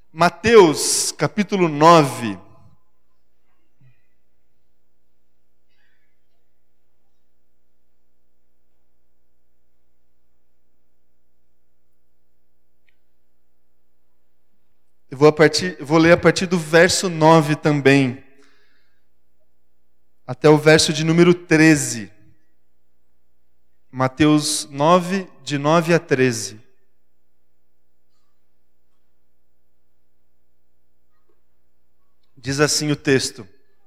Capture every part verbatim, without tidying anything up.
Mateus, capítulo nove. Eu vou, a partir, vou ler a partir do verso nove também, até o verso de número treze. Mateus nove, de nove a treze. Diz assim o texto: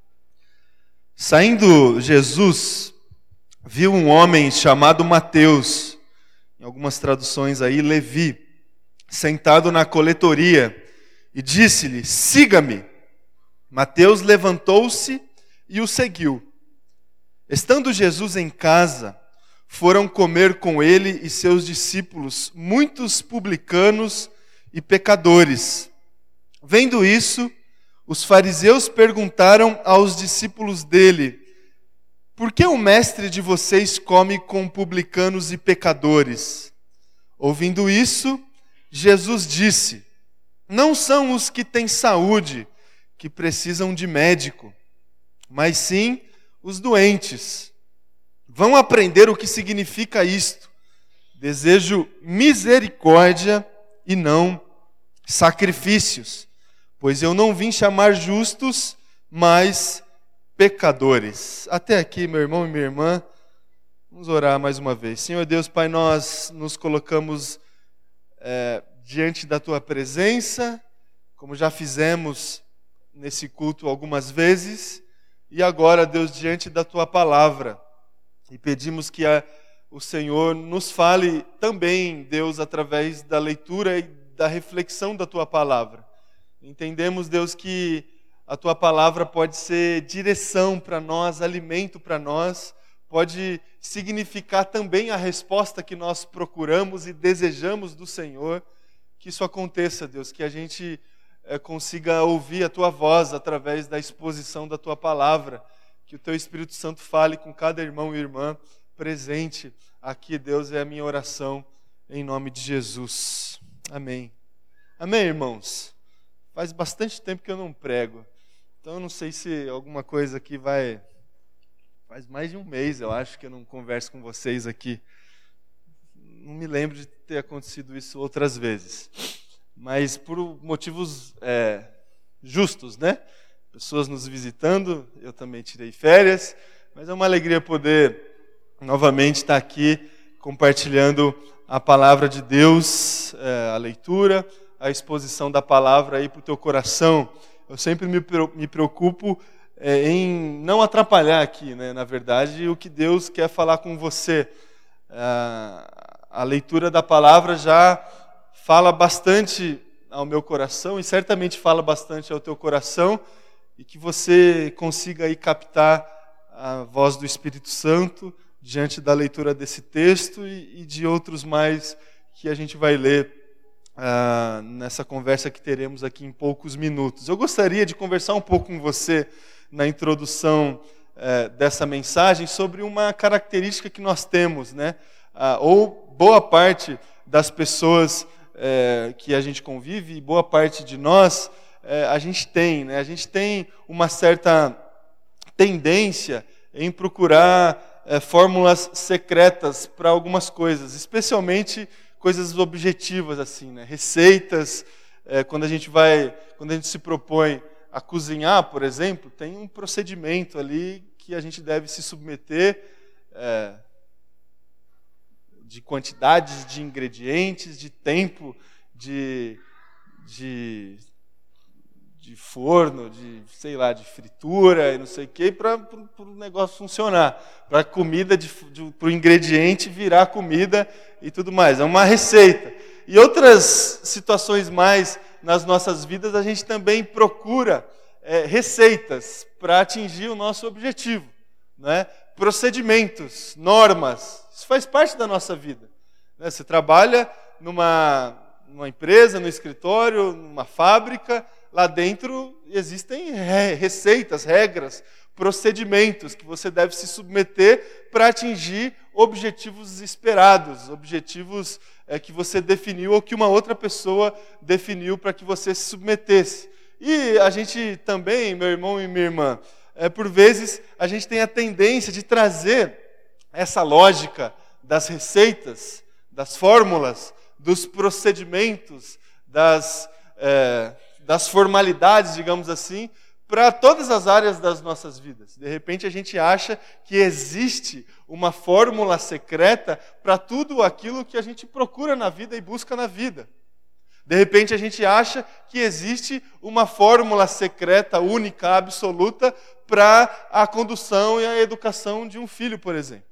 Saindo Jesus, viu um homem chamado Mateus, em algumas traduções aí, Levi, sentado na coletoria, e disse-lhe: siga-me. Mateus levantou-se e o seguiu. Estando Jesus em casa, foram comer com ele e seus discípulos muitos publicanos e pecadores. Vendo isso, os fariseus perguntaram aos discípulos dele: por que o mestre de vocês come com publicanos e pecadores? Ouvindo isso, Jesus disse: não são os que têm saúde que precisam de médico, mas sim os doentes. Vão aprender o que significa isto: desejo misericórdia e não sacrifícios, pois eu não vim chamar justos, mas pecadores. Até aqui, meu irmão e minha irmã, vamos orar mais uma vez. Senhor Deus, Pai, nós nos colocamos é, diante da Tua presença, como já fizemos nesse culto algumas vezes, e agora, Deus, diante da Tua palavra, e pedimos que a, o Senhor nos fale também, Deus, através da leitura e da reflexão da Tua palavra. Entendemos, Deus, que a Tua palavra pode ser direção para nós, alimento para nós, pode significar também a resposta que nós procuramos e desejamos do Senhor. Que isso aconteça, Deus, que a gente é, consiga ouvir a Tua voz através da exposição da Tua palavra, que o Teu Espírito Santo fale com cada irmão e irmã presente aqui, Deus, é a minha oração, em nome de Jesus. Amém. Amém, irmãos? Faz bastante tempo que eu não prego, então eu não sei se alguma coisa aqui vai... Faz mais de um mês, eu acho, que eu não converso com vocês aqui. Não me lembro de ter acontecido isso outras vezes, mas por motivos é, justos, né? Pessoas nos visitando, eu também tirei férias, mas é uma alegria poder novamente estar aqui compartilhando a palavra de Deus, é, a leitura, a exposição da palavra aí para o teu coração. Eu sempre me, me preocupo é, em não atrapalhar aqui, né? Na verdade, o que Deus quer falar com você. É, A leitura da palavra já fala bastante ao meu coração e certamente fala bastante ao teu coração, e que você consiga aí captar a voz do Espírito Santo diante da leitura desse texto e, e de outros mais que a gente vai ler uh, nessa conversa que teremos aqui em poucos minutos. Eu gostaria de conversar um pouco com você na introdução uh, dessa mensagem sobre uma característica que nós temos, né? Uh, ou boa parte das pessoas é, que a gente convive, e boa parte de nós, é, a gente tem, né? A gente tem uma certa tendência em procurar é, fórmulas secretas para algumas coisas, especialmente coisas objetivas, assim, né? Receitas, é, quando a gente vai, quando a gente se propõe a cozinhar, por exemplo, tem um procedimento ali que a gente deve se submeter, é, de quantidades de ingredientes, de tempo, de, de, de forno, de, sei lá, de fritura e não sei o quê, para o negócio funcionar, para a comida, para o ingrediente virar comida e tudo mais. É uma receita. E outras situações mais nas nossas vidas, a gente também procura é, receitas para atingir o nosso objetivo, né? Procedimentos, normas. Isso faz parte da nossa vida. Você trabalha numa, numa empresa, no escritório, numa fábrica, lá dentro existem receitas, regras, procedimentos que você deve se submeter para atingir objetivos esperados, objetivos é, que você definiu ou que uma outra pessoa definiu para que você se submetesse. E a gente também, meu irmão e minha irmã, é, por vezes a gente tem a tendência de trazer essa lógica das receitas, das fórmulas, dos procedimentos, das, é, das formalidades, digamos assim, para todas as áreas das nossas vidas. De repente a gente acha que existe uma fórmula secreta para tudo aquilo que a gente procura na vida e busca na vida. De repente a gente acha que existe uma fórmula secreta, única, absoluta para a condução e a educação de um filho, por exemplo.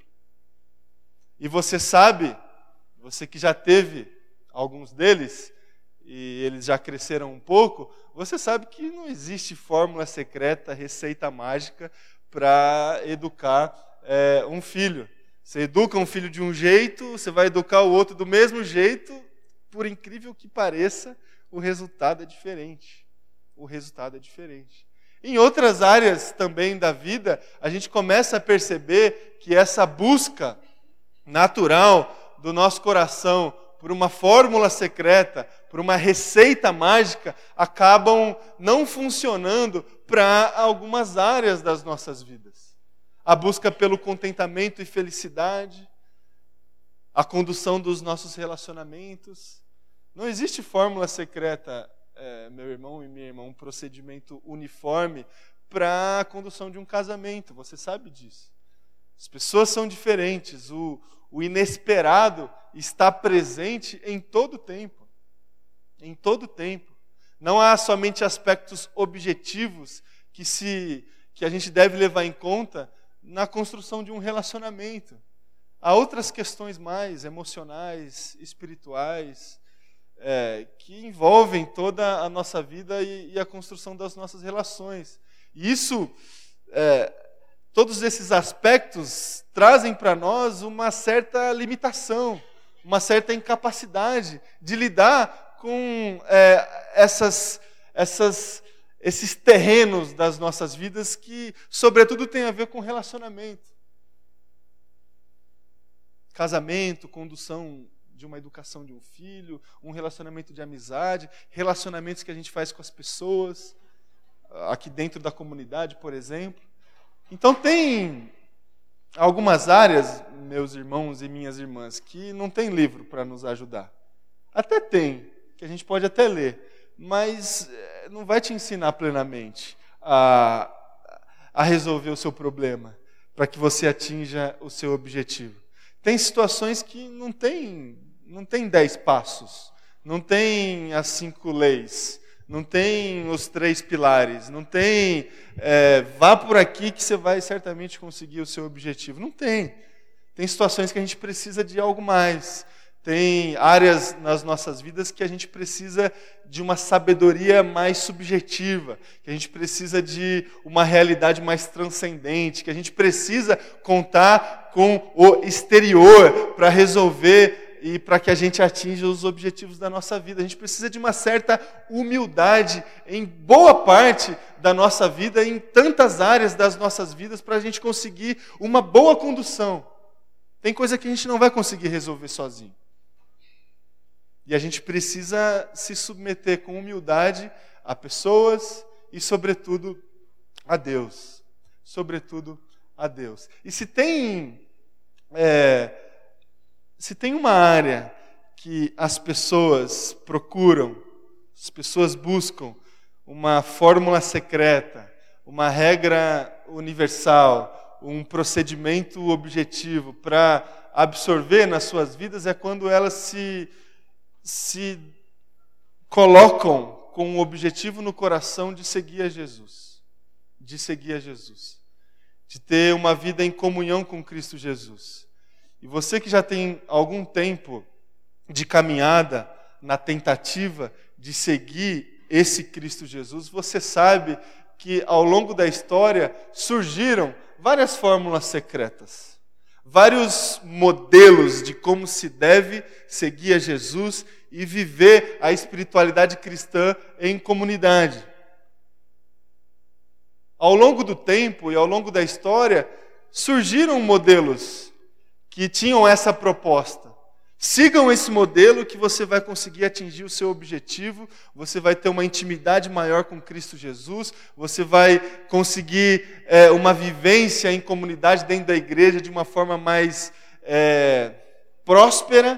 E você sabe, você que já teve alguns deles, e eles já cresceram um pouco, você sabe que não existe fórmula secreta, receita mágica para educar é, um filho. Você educa um filho de um jeito, você vai educar o outro do mesmo jeito, por incrível que pareça, o resultado é diferente. O resultado é diferente. Em outras áreas também da vida, a gente começa a perceber que essa busca natural do nosso coração por uma fórmula secreta, por uma receita mágica, acabam não funcionando para algumas áreas das nossas vidas. A busca pelo contentamento e felicidade, a condução dos nossos relacionamentos. Não existe fórmula secreta, é, meu irmão e minha irmã, um procedimento uniforme para a condução de um casamento. Você sabe disso. As pessoas são diferentes. O, o inesperado está presente em todo o tempo. Em todo o tempo. Não há somente aspectos objetivos que, se, que a gente deve levar em conta na construção de um relacionamento. Há outras questões mais emocionais, espirituais, é, que envolvem toda a nossa vida e, e a construção das nossas relações. E isso, é, todos esses aspectos trazem para nós uma certa limitação, uma certa incapacidade de lidar com é, essas, essas, esses terrenos das nossas vidas que, sobretudo, têm a ver com relacionamento. Casamento, condução de uma educação de um filho, um relacionamento de amizade, relacionamentos que a gente faz com as pessoas, aqui dentro da comunidade, por exemplo. Então tem algumas áreas, meus irmãos e minhas irmãs, que não tem livro para nos ajudar. Até tem, que a gente pode até ler, mas não vai te ensinar plenamente a, a resolver o seu problema, para que você atinja o seu objetivo. Tem situações que não tem, não tem dez passos, não tem as cinco leis, não tem os três pilares, não tem é, vá por aqui que você vai certamente conseguir o seu objetivo. Não tem. Tem situações que a gente precisa de algo mais. Tem áreas nas nossas vidas que a gente precisa de uma sabedoria mais subjetiva, que a gente precisa de uma realidade mais transcendente, que a gente precisa contar com o exterior para resolver e para que a gente atinja os objetivos da nossa vida. A gente precisa de uma certa humildade em boa parte da nossa vida, em tantas áreas das nossas vidas, para a gente conseguir uma boa condução. Tem coisa que a gente não vai conseguir resolver sozinho. E a gente precisa se submeter com humildade a pessoas e, sobretudo, a Deus. Sobretudo, a Deus. E se tem, é, se tem uma área que as pessoas procuram, as pessoas buscam uma fórmula secreta, uma regra universal, um procedimento objetivo para absorver nas suas vidas, é quando elas se... se colocam com um objetivo no coração de seguir a Jesus, de seguir a Jesus, de ter uma vida em comunhão com Cristo Jesus. E você que já tem algum tempo de caminhada na tentativa de seguir esse Cristo Jesus, você sabe que ao longo da história surgiram várias fórmulas secretas. Vários modelos de como se deve seguir a Jesus e viver a espiritualidade cristã em comunidade. Ao longo do tempo e ao longo da história, surgiram modelos que tinham essa proposta. Sigam esse modelo que você vai conseguir atingir o seu objetivo, você vai ter uma intimidade maior com Cristo Jesus, você vai conseguir é, uma vivência em comunidade dentro da igreja de uma forma mais é, próspera.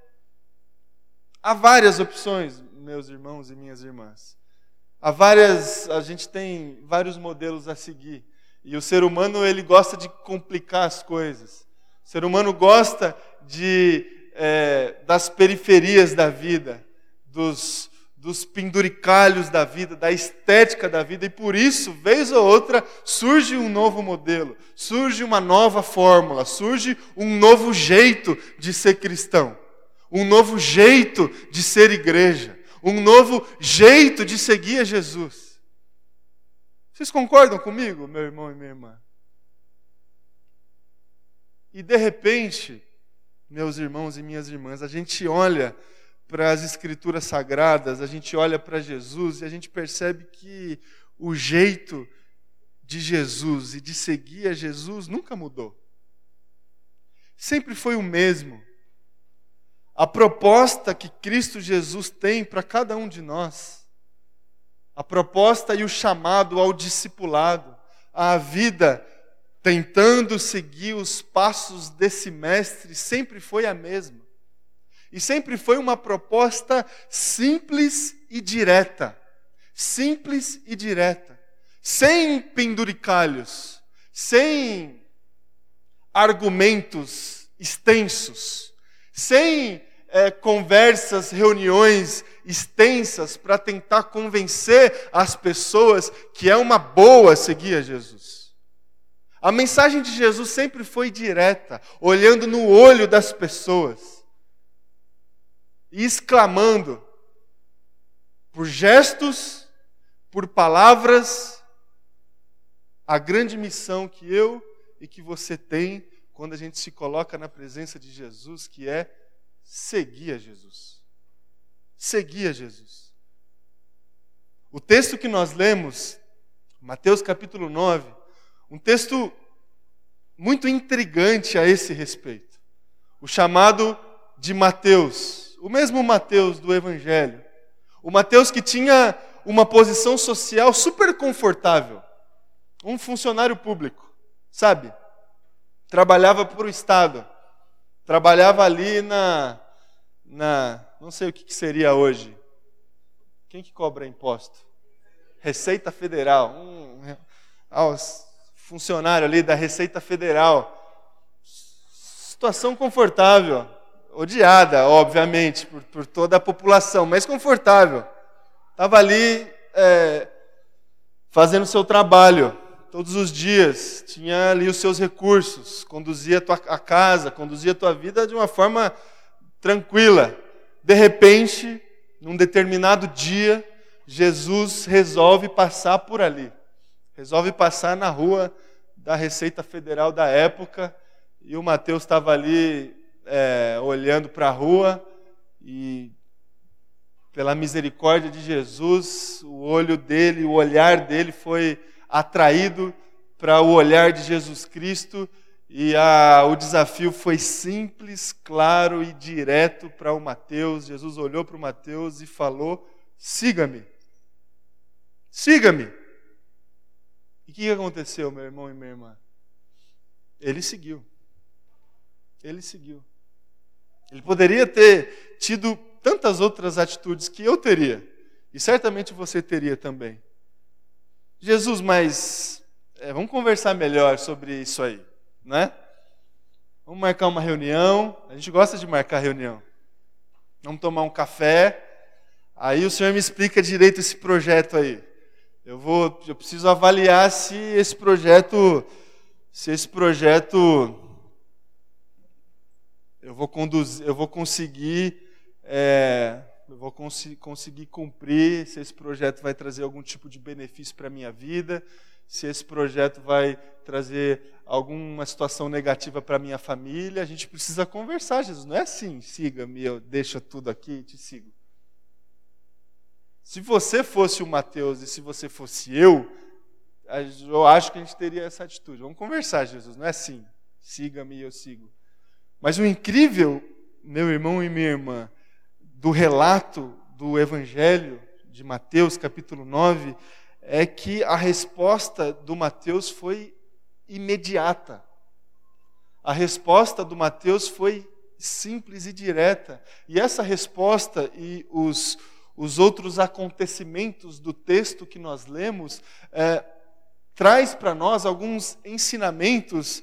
Há várias opções, meus irmãos e minhas irmãs. Há várias, a gente tem vários modelos a seguir. E o ser humano, ele gosta de complicar as coisas. O ser humano gosta de, é, das periferias da vida, dos, dos penduricalhos da vida, da estética da vida. E por isso, vez ou outra, surge um novo modelo, surge uma nova fórmula, surge um novo jeito de ser cristão, um novo jeito de ser igreja, um novo jeito de seguir a Jesus. Vocês concordam comigo, meu irmão e minha irmã? E de repente, meus irmãos e minhas irmãs, a gente olha para as Escrituras Sagradas, a gente olha para Jesus e a gente percebe que o jeito de Jesus e de seguir a Jesus nunca mudou. Sempre foi o mesmo. A proposta que Cristo Jesus tem para cada um de nós, a proposta e o chamado ao discipulado, à vida tentando seguir os passos desse mestre, sempre foi a mesma. E sempre foi uma proposta simples e direta. Simples e direta. Sem penduricalhos, sem argumentos extensos, sem é, conversas, reuniões extensas para tentar convencer as pessoas que é uma boa seguir a Jesus. A mensagem de Jesus sempre foi direta, olhando no olho das pessoas e exclamando por gestos, por palavras, a grande missão que eu e que você tem quando a gente se coloca na presença de Jesus, que é seguir a Jesus. Seguir a Jesus. O texto que nós lemos, Mateus capítulo nove, um texto muito intrigante a esse respeito. O chamado de Mateus, o mesmo Mateus do Evangelho. O Mateus que tinha uma posição social super confortável. Um funcionário público, sabe? Trabalhava para o Estado. Trabalhava ali na... na não sei o que, que seria hoje. Quem que cobra imposto? Receita Federal. Um, um, funcionário ali da Receita Federal. Situação confortável. Odiada, obviamente, por, por toda a população, mas confortável. Estava ali é, fazendo o seu trabalho todos os dias. Tinha ali os seus recursos. Conduzia a, tua, a casa, conduzia a tua vida de uma forma tranquila. De repente, num determinado dia, Jesus resolve passar por ali. Resolve passar na rua da Receita Federal da época. E o Mateus estava ali é, olhando para a rua. E, pela misericórdia de Jesus, o olho dele, o olhar dele foi atraído para o olhar de Jesus Cristo. E a, o desafio foi simples, claro e direto para o Mateus. Jesus olhou para o Mateus e falou: siga-me. Siga-me. E o que aconteceu, meu irmão e minha irmã? Ele seguiu. Ele seguiu. Ele poderia ter tido tantas outras atitudes que eu teria. E certamente você teria também. Jesus, mas é, vamos conversar melhor sobre isso aí. Né? Vamos marcar uma reunião. A gente gosta de marcar reunião. Vamos tomar um café. Aí o senhor me explica direito esse projeto aí. Eu vou, eu preciso avaliar se esse projeto, se esse projeto eu vou conduzir, eu vou conseguir, é, eu vou cons- conseguir cumprir, se esse projeto vai trazer algum tipo de benefício para a minha vida. Se esse projeto vai trazer alguma situação negativa para a minha família, a gente precisa conversar, Jesus. Não é assim, siga-me, eu deixo tudo aqui e te sigo. Se você fosse o Mateus e se você fosse eu, eu acho que a gente teria essa atitude. Vamos conversar, Jesus. Não é assim, siga-me e eu sigo. Mas o incrível, meu irmão e minha irmã, do relato do Evangelho de Mateus, capítulo nove, é que a resposta do Mateus foi imediata. A resposta do Mateus foi simples e direta. E essa resposta e os, os outros acontecimentos do texto que nós lemos é, traz para nós alguns ensinamentos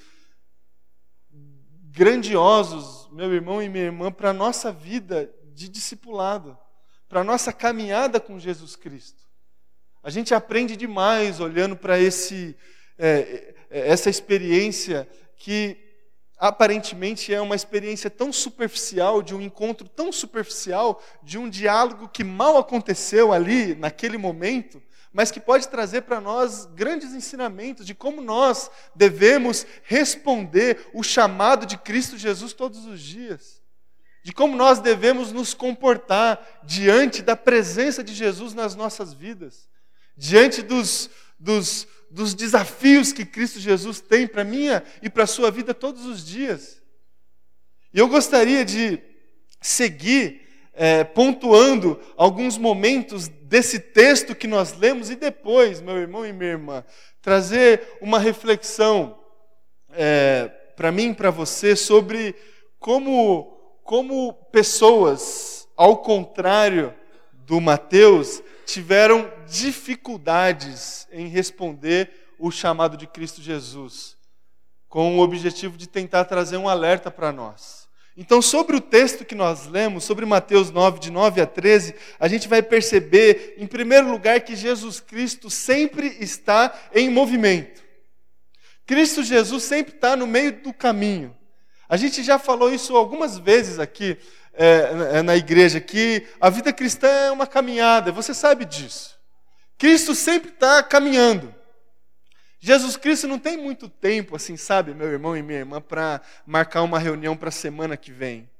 grandiosos, meu irmão e minha irmã, para a nossa vida de discipulado, para a nossa caminhada com Jesus Cristo. A gente aprende demais olhando para esse, é, essa experiência que aparentemente é uma experiência tão superficial, de um encontro tão superficial, de um diálogo que mal aconteceu ali, naquele momento, mas que pode trazer para nós grandes ensinamentos de como nós devemos responder o chamado de Cristo Jesus todos os dias. De como nós devemos nos comportar diante da presença de Jesus nas nossas vidas. Diante dos, dos, dos desafios que Cristo Jesus tem para a minha e para a sua vida todos os dias. E eu gostaria de seguir é, pontuando alguns momentos desse texto que nós lemos e depois, meu irmão e minha irmã, trazer uma reflexão é, para mim e para você sobre como, como pessoas, ao contrário do Mateus, tiveram dificuldades em responder o chamado de Cristo Jesus, com o objetivo de tentar trazer um alerta para nós. Então, sobre o texto que nós lemos, sobre Mateus nove, de nove a treze, a gente vai perceber, em primeiro lugar, que Jesus Cristo sempre está em movimento. Cristo Jesus sempre está no meio do caminho. A gente já falou isso algumas vezes aqui é, na igreja, que a vida cristã é uma caminhada, você sabe disso. Cristo sempre está caminhando. Jesus Cristo não tem muito tempo, assim, sabe, meu irmão e minha irmã, para marcar uma reunião para a semana que vem.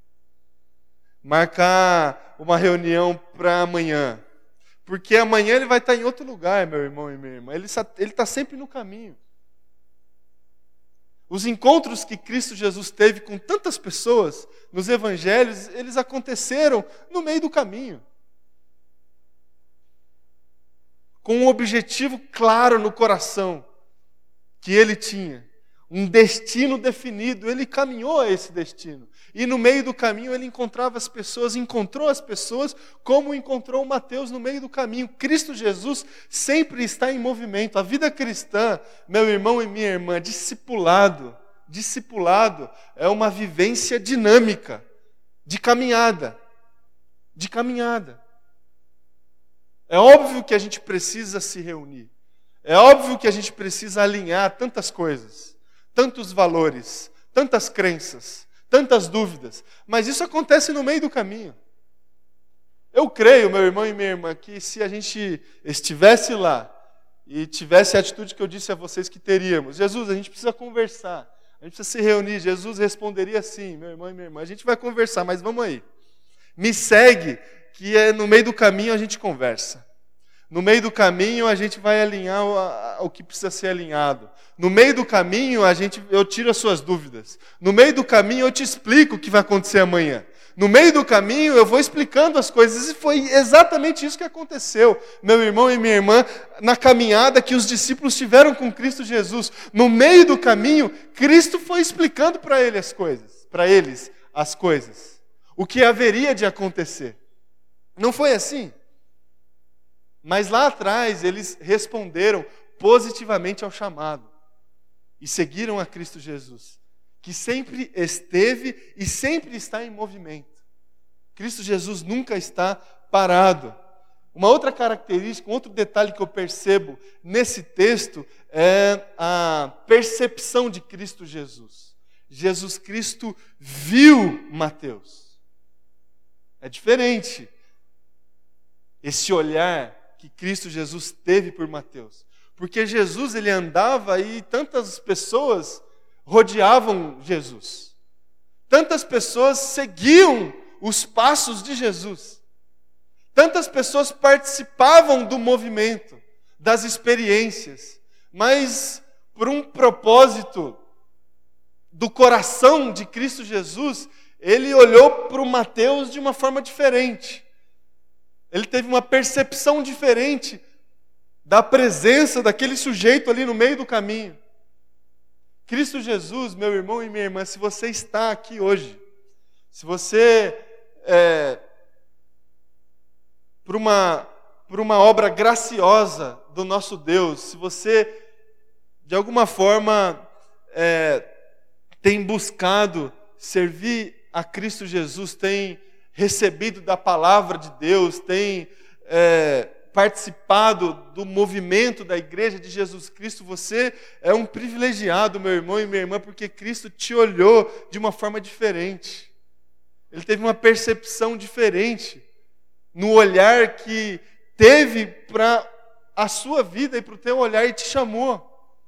Marcar uma reunião para amanhã. Porque amanhã ele vai estar em outro lugar, meu irmão e minha irmã. Ele está sempre no caminho. Os encontros que Cristo Jesus teve com tantas pessoas nos evangelhos, eles aconteceram no meio do caminho. Com um objetivo claro no coração que ele tinha, um destino definido, ele caminhou a esse destino. E no meio do caminho ele encontrava as pessoas, encontrou as pessoas como encontrou Mateus no meio do caminho. Cristo Jesus sempre está em movimento. A vida cristã, meu irmão e minha irmã, discipulado, discipulado é uma vivência dinâmica, de caminhada, de caminhada. É óbvio que a gente precisa se reunir. É óbvio que a gente precisa alinhar tantas coisas, tantos valores, tantas crenças, tantas dúvidas. Mas isso acontece no meio do caminho. Eu creio, meu irmão e minha irmã, que se a gente estivesse lá e tivesse a atitude que eu disse a vocês que teríamos, Jesus, a gente precisa conversar, a gente precisa se reunir, Jesus responderia assim, meu irmão e minha irmã, a gente vai conversar, mas vamos aí. Me segue, que é no meio do caminho a gente conversa. No meio do caminho a gente vai alinhar o, o que precisa ser alinhado. No meio do caminho a gente, eu tiro as suas dúvidas. No meio do caminho eu te explico o que vai acontecer amanhã. No meio do caminho eu vou explicando as coisas. E foi exatamente isso que aconteceu, meu irmão e minha irmã, na caminhada que os discípulos tiveram com Cristo Jesus. No meio do caminho, Cristo foi explicando para ele as coisas, para eles as coisas. O que haveria de acontecer. Não foi assim? Mas lá atrás eles responderam positivamente ao chamado e seguiram a Cristo Jesus, que sempre esteve e sempre está em movimento. Cristo Jesus nunca está parado. Uma outra característica, um outro detalhe que eu percebo nesse texto é a percepção de Cristo Jesus. Jesus Cristo viu Mateus. É diferente esse olhar que Cristo Jesus teve por Mateus. Porque Jesus, ele andava e tantas pessoas rodeavam Jesus. Tantas pessoas seguiam os passos de Jesus. Tantas pessoas participavam do movimento, das experiências. Mas por um propósito do coração de Cristo Jesus, ele olhou para o Mateus de uma forma diferente. Ele teve uma percepção diferente da presença daquele sujeito ali no meio do caminho. Cristo Jesus, meu irmão e minha irmã, se você está aqui hoje, se você, é, por uma, por uma obra graciosa do nosso Deus, se você, de alguma forma, é, tem buscado servir a Cristo Jesus, tem recebido da palavra de Deus, tem é, participado do movimento da igreja de Jesus Cristo, você é um privilegiado, meu irmão e minha irmã, porque Cristo te olhou de uma forma diferente. Ele teve uma percepção diferente no olhar que teve para a sua vida e para o teu olhar e te chamou.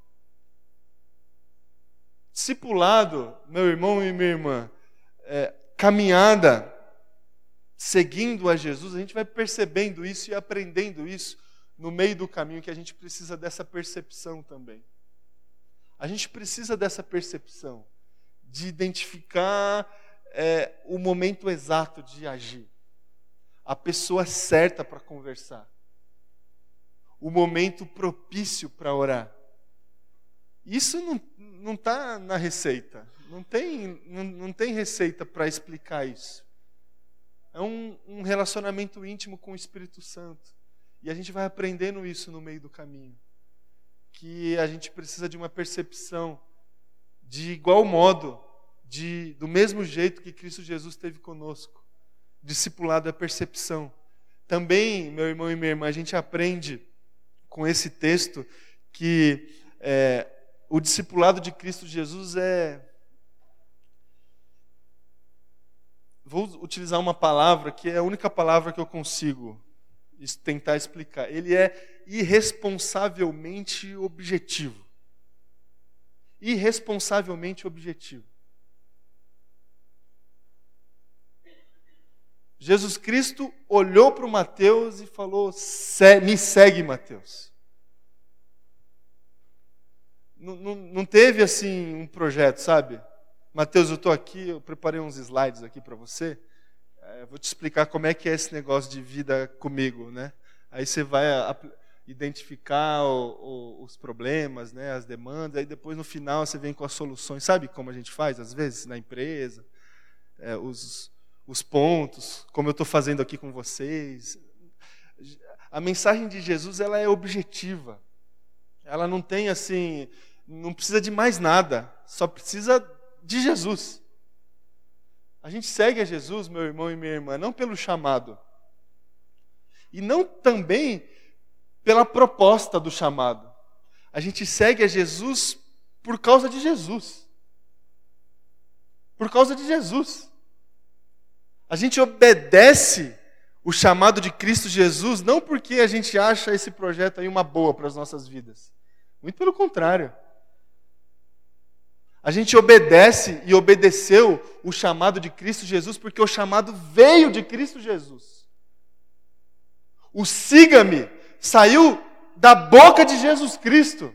Discipulado, meu irmão e minha irmã, é, caminhada, seguindo a Jesus, a gente vai percebendo isso e aprendendo isso no meio do caminho, que a gente precisa dessa percepção também. A gente precisa dessa percepção, de identificar é, o momento exato de agir, a pessoa certa para conversar, o momento propício para orar. Isso não está na receita, não tem, não, não tem receita para explicar isso. É um, um relacionamento íntimo com o Espírito Santo. E a gente vai aprendendo isso no meio do caminho. Que a gente precisa de uma percepção de igual modo, de, do mesmo jeito que Cristo Jesus teve conosco. Discipulado é percepção. Também, meu irmão e minha irmã, a gente aprende com esse texto que é, o discipulado de Cristo Jesus é... Vou utilizar uma palavra que é a única palavra que eu consigo tentar explicar. Ele é irresponsavelmente objetivo. Irresponsavelmente objetivo. Jesus Cristo olhou para o Mateus e falou: me segue, Mateus. Não, não, não teve assim um projeto, sabe? Mateus, eu estou aqui, eu preparei uns slides aqui para você. É, vou te explicar como é que é esse negócio de vida comigo, né? Aí você vai a, a, identificar o, o, os problemas, né, as demandas, aí depois no final você vem com as soluções. Sabe como a gente faz, às vezes, na empresa? É, os, os pontos, como eu estou fazendo aqui com vocês. A mensagem de Jesus, ela é objetiva. Ela não tem assim, não precisa de mais nada, só precisa de Jesus. A gente segue a Jesus, meu irmão e minha irmã, não pelo chamado. E não também pela proposta do chamado. A gente segue a Jesus por causa de Jesus. Por causa de Jesus. A gente obedece o chamado de Cristo Jesus não porque a gente acha esse projeto aí uma boa para as nossas vidas. Muito pelo contrário. A gente obedece e obedeceu o chamado de Cristo Jesus porque o chamado veio de Cristo Jesus. O siga-me saiu da boca de Jesus Cristo.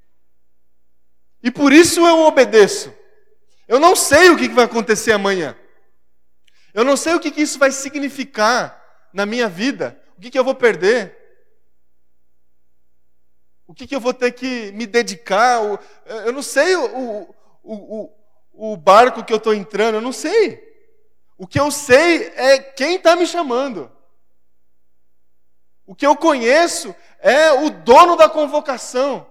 E por isso eu obedeço. Eu não sei o que vai acontecer amanhã. Eu não sei o que isso vai significar na minha vida. O que eu vou perder. O que eu vou ter que me dedicar. Eu não sei o... O, o, o barco que eu estou entrando, eu não sei. O que eu sei é quem está me chamando. O que eu conheço é o dono da convocação.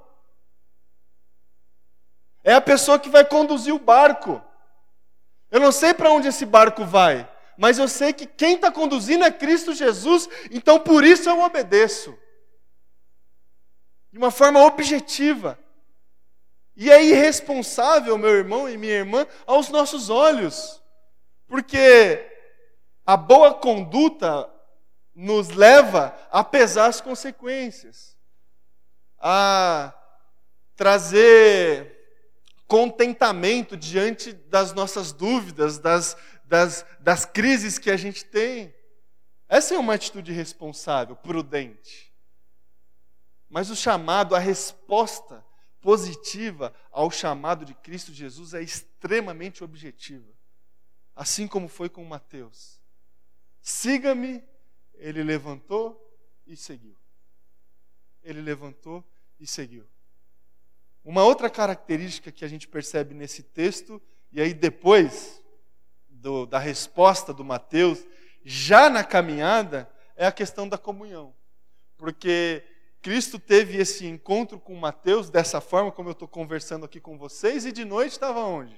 É a pessoa que vai conduzir o barco. Eu não sei para onde esse barco vai, mas eu sei que quem está conduzindo é Cristo Jesus, então por isso eu obedeço. De uma forma objetiva. E é irresponsável, meu irmão e minha irmã, aos nossos olhos. Porque a boa conduta nos leva a pesar as consequências. A trazer contentamento diante das nossas dúvidas, das, das, das crises que a gente tem. Essa é uma atitude responsável, prudente. Mas o chamado, a resposta positiva ao chamado de Cristo Jesus é extremamente objetiva. Assim como foi com Mateus. Siga-me, ele levantou e seguiu. Ele levantou e seguiu. Uma outra característica que a gente percebe nesse texto, e aí depois do, da resposta do Mateus, já na caminhada, é a questão da comunhão. Porque Cristo teve esse encontro com Mateus dessa forma, como eu estou conversando aqui com vocês, e de noite estava onde?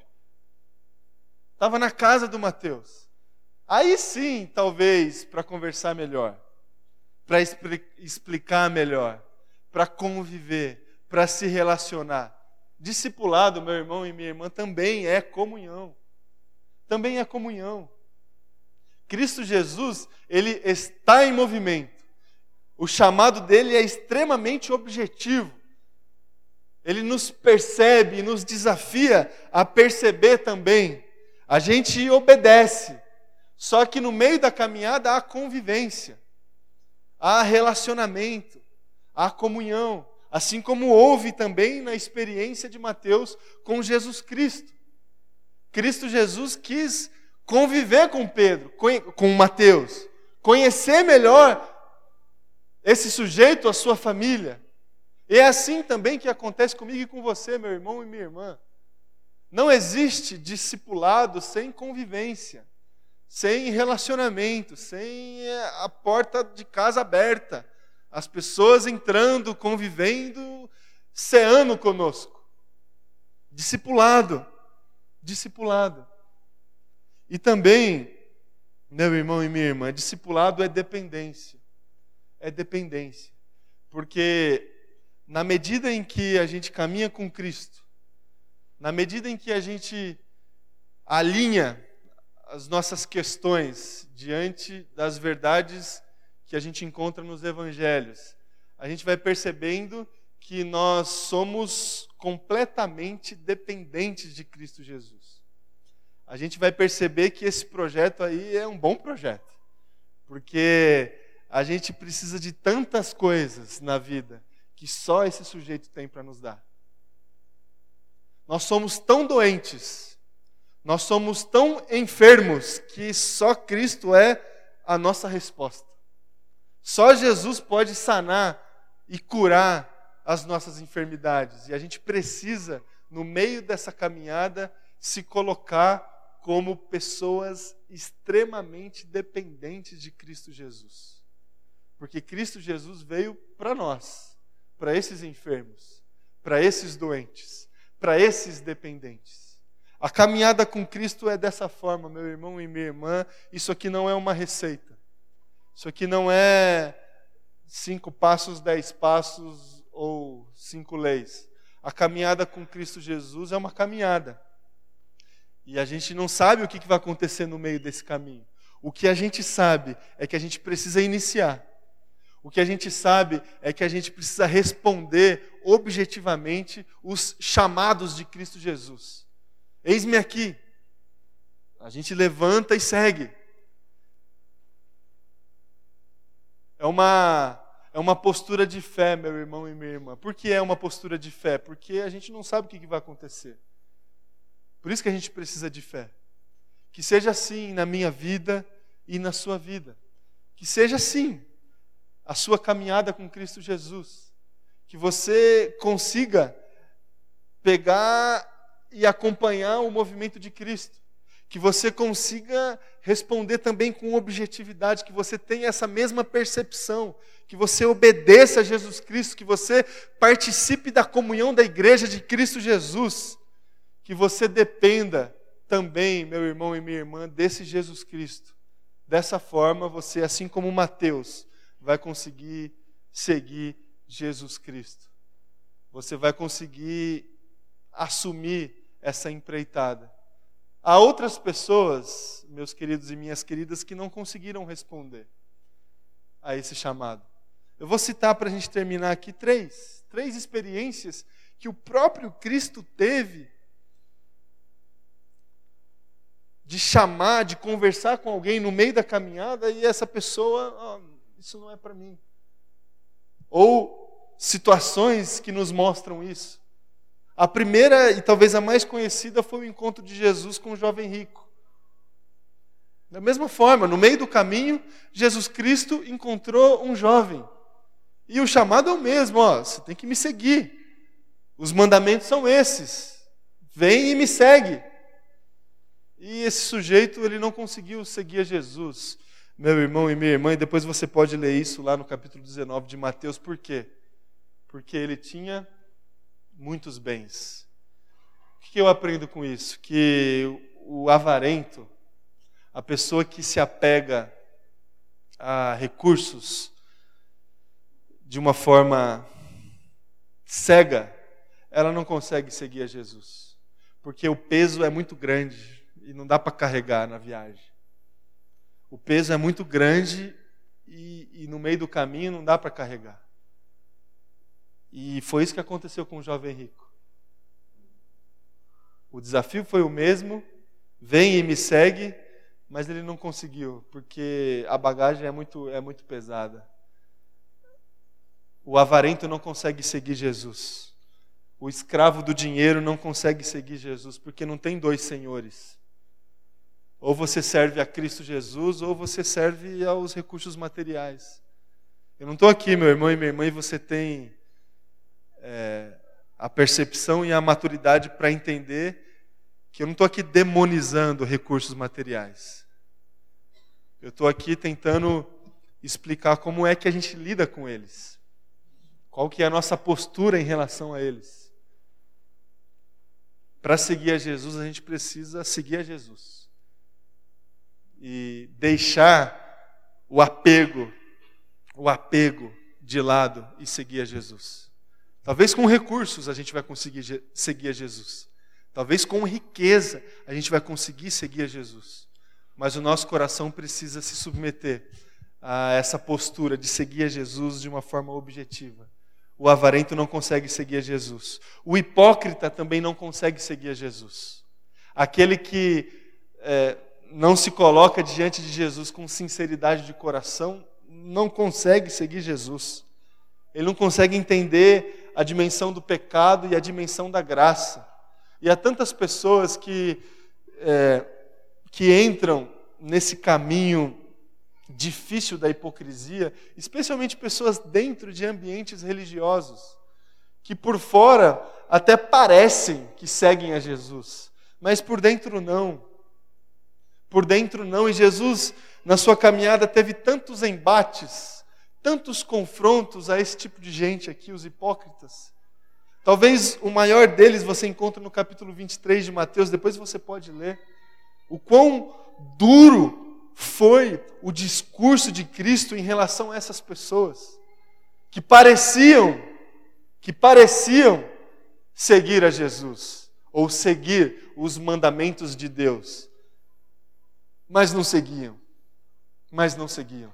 Estava na casa do Mateus. Aí sim, talvez, para conversar melhor, para expli- explicar melhor, para conviver, para se relacionar. Discipulado, meu irmão e minha irmã, também é comunhão. Também é comunhão. Cristo Jesus, ele está em movimento. O chamado dele é extremamente objetivo. Ele nos percebe e nos desafia a perceber também. A gente obedece. Só que no meio da caminhada há convivência. Há relacionamento. Há comunhão. Assim como houve também na experiência de Mateus com Jesus Cristo. Cristo Jesus quis conviver com Pedro, com Mateus. Conhecer melhor esse sujeito, a sua família. E é assim também que acontece comigo e com você, meu irmão e minha irmã. Não existe discipulado sem convivência, sem relacionamento, sem a porta de casa aberta. As pessoas entrando, convivendo, ceando conosco. Discipulado. Discipulado. E também, meu irmão e minha irmã, discipulado é dependência. É dependência. Porque na medida em que a gente caminha com Cristo, na medida em que a gente alinha as nossas questões diante das verdades que a gente encontra nos evangelhos, a gente vai percebendo que nós somos completamente dependentes de Cristo Jesus. A gente vai perceber que esse projeto aí é um bom projeto, porque a gente precisa de tantas coisas na vida que só esse sujeito tem para nos dar. Nós somos tão doentes, nós somos tão enfermos que só Cristo é a nossa resposta. Só Jesus pode sanar e curar as nossas enfermidades. E a gente precisa, no meio dessa caminhada, se colocar como pessoas extremamente dependentes de Cristo Jesus. Porque Cristo Jesus veio para nós, para esses enfermos, para esses doentes, para esses dependentes. A caminhada com Cristo é dessa forma, meu irmão e minha irmã. Isso aqui não é uma receita. Isso aqui não é cinco passos, dez passos ou cinco leis. A caminhada com Cristo Jesus é uma caminhada. E a gente não sabe o que vai acontecer no meio desse caminho. O que a gente sabe é que a gente precisa iniciar. O que a gente sabe é que a gente precisa responder objetivamente os chamados de Cristo Jesus. Eis-me aqui. A gente levanta e segue. É uma, é uma postura de fé, meu irmão e minha irmã. Por que é uma postura de fé? Porque a gente não sabe o que vai acontecer. Por isso que a gente precisa de fé. Que seja assim na minha vida e na sua vida. Que seja assim a sua caminhada com Cristo Jesus. Que você consiga pegar e acompanhar o movimento de Cristo. Que você consiga responder também com objetividade, que você tenha essa mesma percepção, que você obedeça a Jesus Cristo, que você participe da comunhão da igreja de Cristo Jesus, que você dependa também, meu irmão e minha irmã, desse Jesus Cristo. Dessa forma, você, assim como Mateus, vai conseguir seguir Jesus Cristo. Você vai conseguir assumir essa empreitada. Há outras pessoas, meus queridos e minhas queridas, que não conseguiram responder a esse chamado. Eu vou citar para a gente terminar aqui três, três experiências que o próprio Cristo teve de chamar, de conversar com alguém no meio da caminhada e essa pessoa, oh, isso não é para mim. Ou situações que nos mostram isso. A primeira e talvez a mais conhecida foi o encontro de Jesus com o jovem rico. Da mesma forma, no meio do caminho, Jesus Cristo encontrou um jovem. E o chamado é o mesmo, ó, você tem que me seguir. Os mandamentos são esses. Vem e me segue. E esse sujeito, ele não conseguiu seguir a Jesus. Meu irmão e minha irmã, e depois você pode ler isso lá no capítulo dezenove de Mateus. Por quê? Porque ele tinha muitos bens. O que eu aprendo com isso? Que o avarento, a pessoa que se apega a recursos de uma forma cega, ela não consegue seguir a Jesus. Porque o peso é muito grande e não dá para carregar na viagem. O peso é muito grande e, e no meio do caminho não dá para carregar. E foi isso que aconteceu com o jovem rico. O desafio foi o mesmo, vem e me segue, mas ele não conseguiu, porque a bagagem é muito, é muito pesada. O avarento não consegue seguir Jesus. O escravo do dinheiro não consegue seguir Jesus, porque não tem dois senhores. Ou você serve a Cristo Jesus, ou você serve aos recursos materiais. Eu não estou aqui, meu irmão e minha irmã, e você tem é, a percepção e a maturidade para entender que eu não estou aqui demonizando recursos materiais. Eu estou aqui tentando explicar como é que a gente lida com eles. Qual que é a nossa postura em relação a eles. Para seguir a Jesus, a gente precisa seguir a Jesus. E deixar o apego, o apego de lado e seguir a Jesus. Talvez com recursos a gente vai conseguir seguir a Jesus. Talvez com riqueza a gente vai conseguir seguir a Jesus. Mas o nosso coração precisa se submeter a essa postura de seguir a Jesus de uma forma objetiva. O avarento não consegue seguir a Jesus. O hipócrita também não consegue seguir a Jesus. Aquele que é, não se coloca diante de Jesus com sinceridade de coração, não consegue seguir Jesus. Ele não consegue entender a dimensão do pecado e a dimensão da graça. E há tantas pessoas que, é, que entram nesse caminho difícil da hipocrisia, especialmente pessoas dentro de ambientes religiosos, que por fora até parecem que seguem a Jesus, mas por dentro não. Por dentro não. E Jesus, na sua caminhada, teve tantos embates, tantos confrontos a esse tipo de gente aqui, os hipócritas. Talvez o maior deles você encontra no capítulo vinte e três de Mateus, depois você pode ler. O quão duro foi o discurso de Cristo em relação a essas pessoas que pareciam, que pareciam seguir a Jesus, ou seguir os mandamentos de Deus, mas não seguiam, mas não seguiam.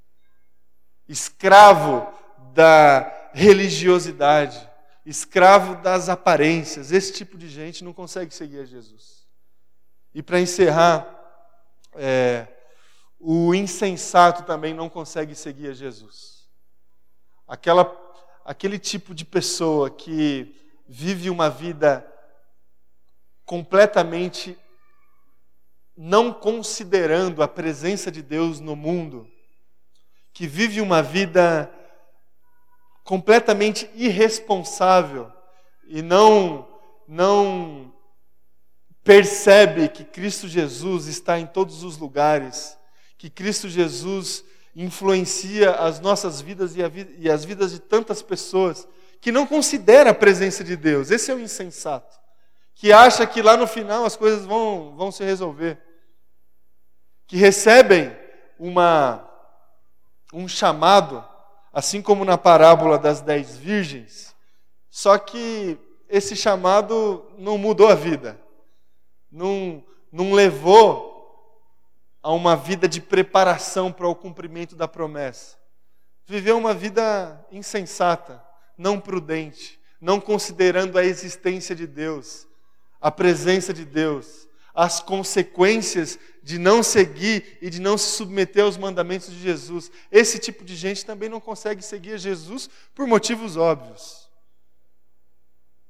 Escravo da religiosidade, escravo das aparências, esse tipo de gente não consegue seguir a Jesus. E para encerrar, é, o insensato também não consegue seguir a Jesus. Aquela, aquele tipo de pessoa que vive uma vida completamente não considerando a presença de Deus no mundo, que vive uma vida completamente irresponsável e não, não percebe que Cristo Jesus está em todos os lugares, que Cristo Jesus influencia as nossas vidas e, a vi- e as vidas de tantas pessoas que não considera a presença de Deus. Esse é o insensato, que acha que lá no final as coisas vão, vão se resolver, que recebem uma, um chamado, assim como na parábola das dez virgens, só que esse chamado não mudou a vida, não, não levou a uma vida de preparação para o cumprimento da promessa. Viveu uma vida insensata, não prudente, não considerando a existência de Deus, a presença de Deus, as consequências de não seguir e de não se submeter aos mandamentos de Jesus. Esse tipo de gente também não consegue seguir Jesus por motivos óbvios.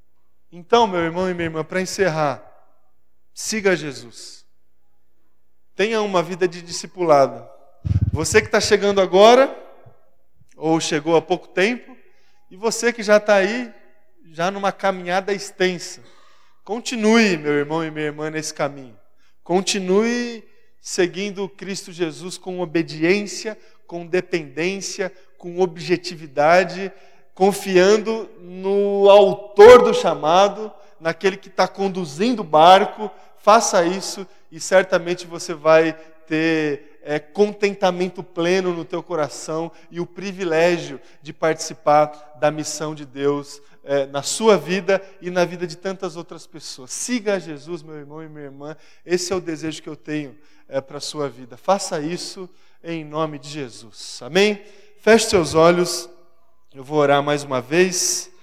Então, meu irmão e minha irmã, para encerrar, siga Jesus. Tenha uma vida de discipulado. Você que está chegando agora, ou chegou há pouco tempo, e você que já está aí, já numa caminhada extensa. Continue, meu irmão e minha irmã, nesse caminho. Continue seguindo Cristo Jesus com obediência, com dependência, com objetividade, confiando no autor do chamado, naquele que está conduzindo o barco. Faça isso e certamente você vai ter é, contentamento pleno no teu coração e o privilégio de participar da missão de Deus é, na sua vida e na vida de tantas outras pessoas. Siga a Jesus, meu irmão e minha irmã. Esse é o desejo que eu tenho é, para a sua vida. Faça isso em nome de Jesus. Amém? Feche seus olhos. Eu vou orar mais uma vez.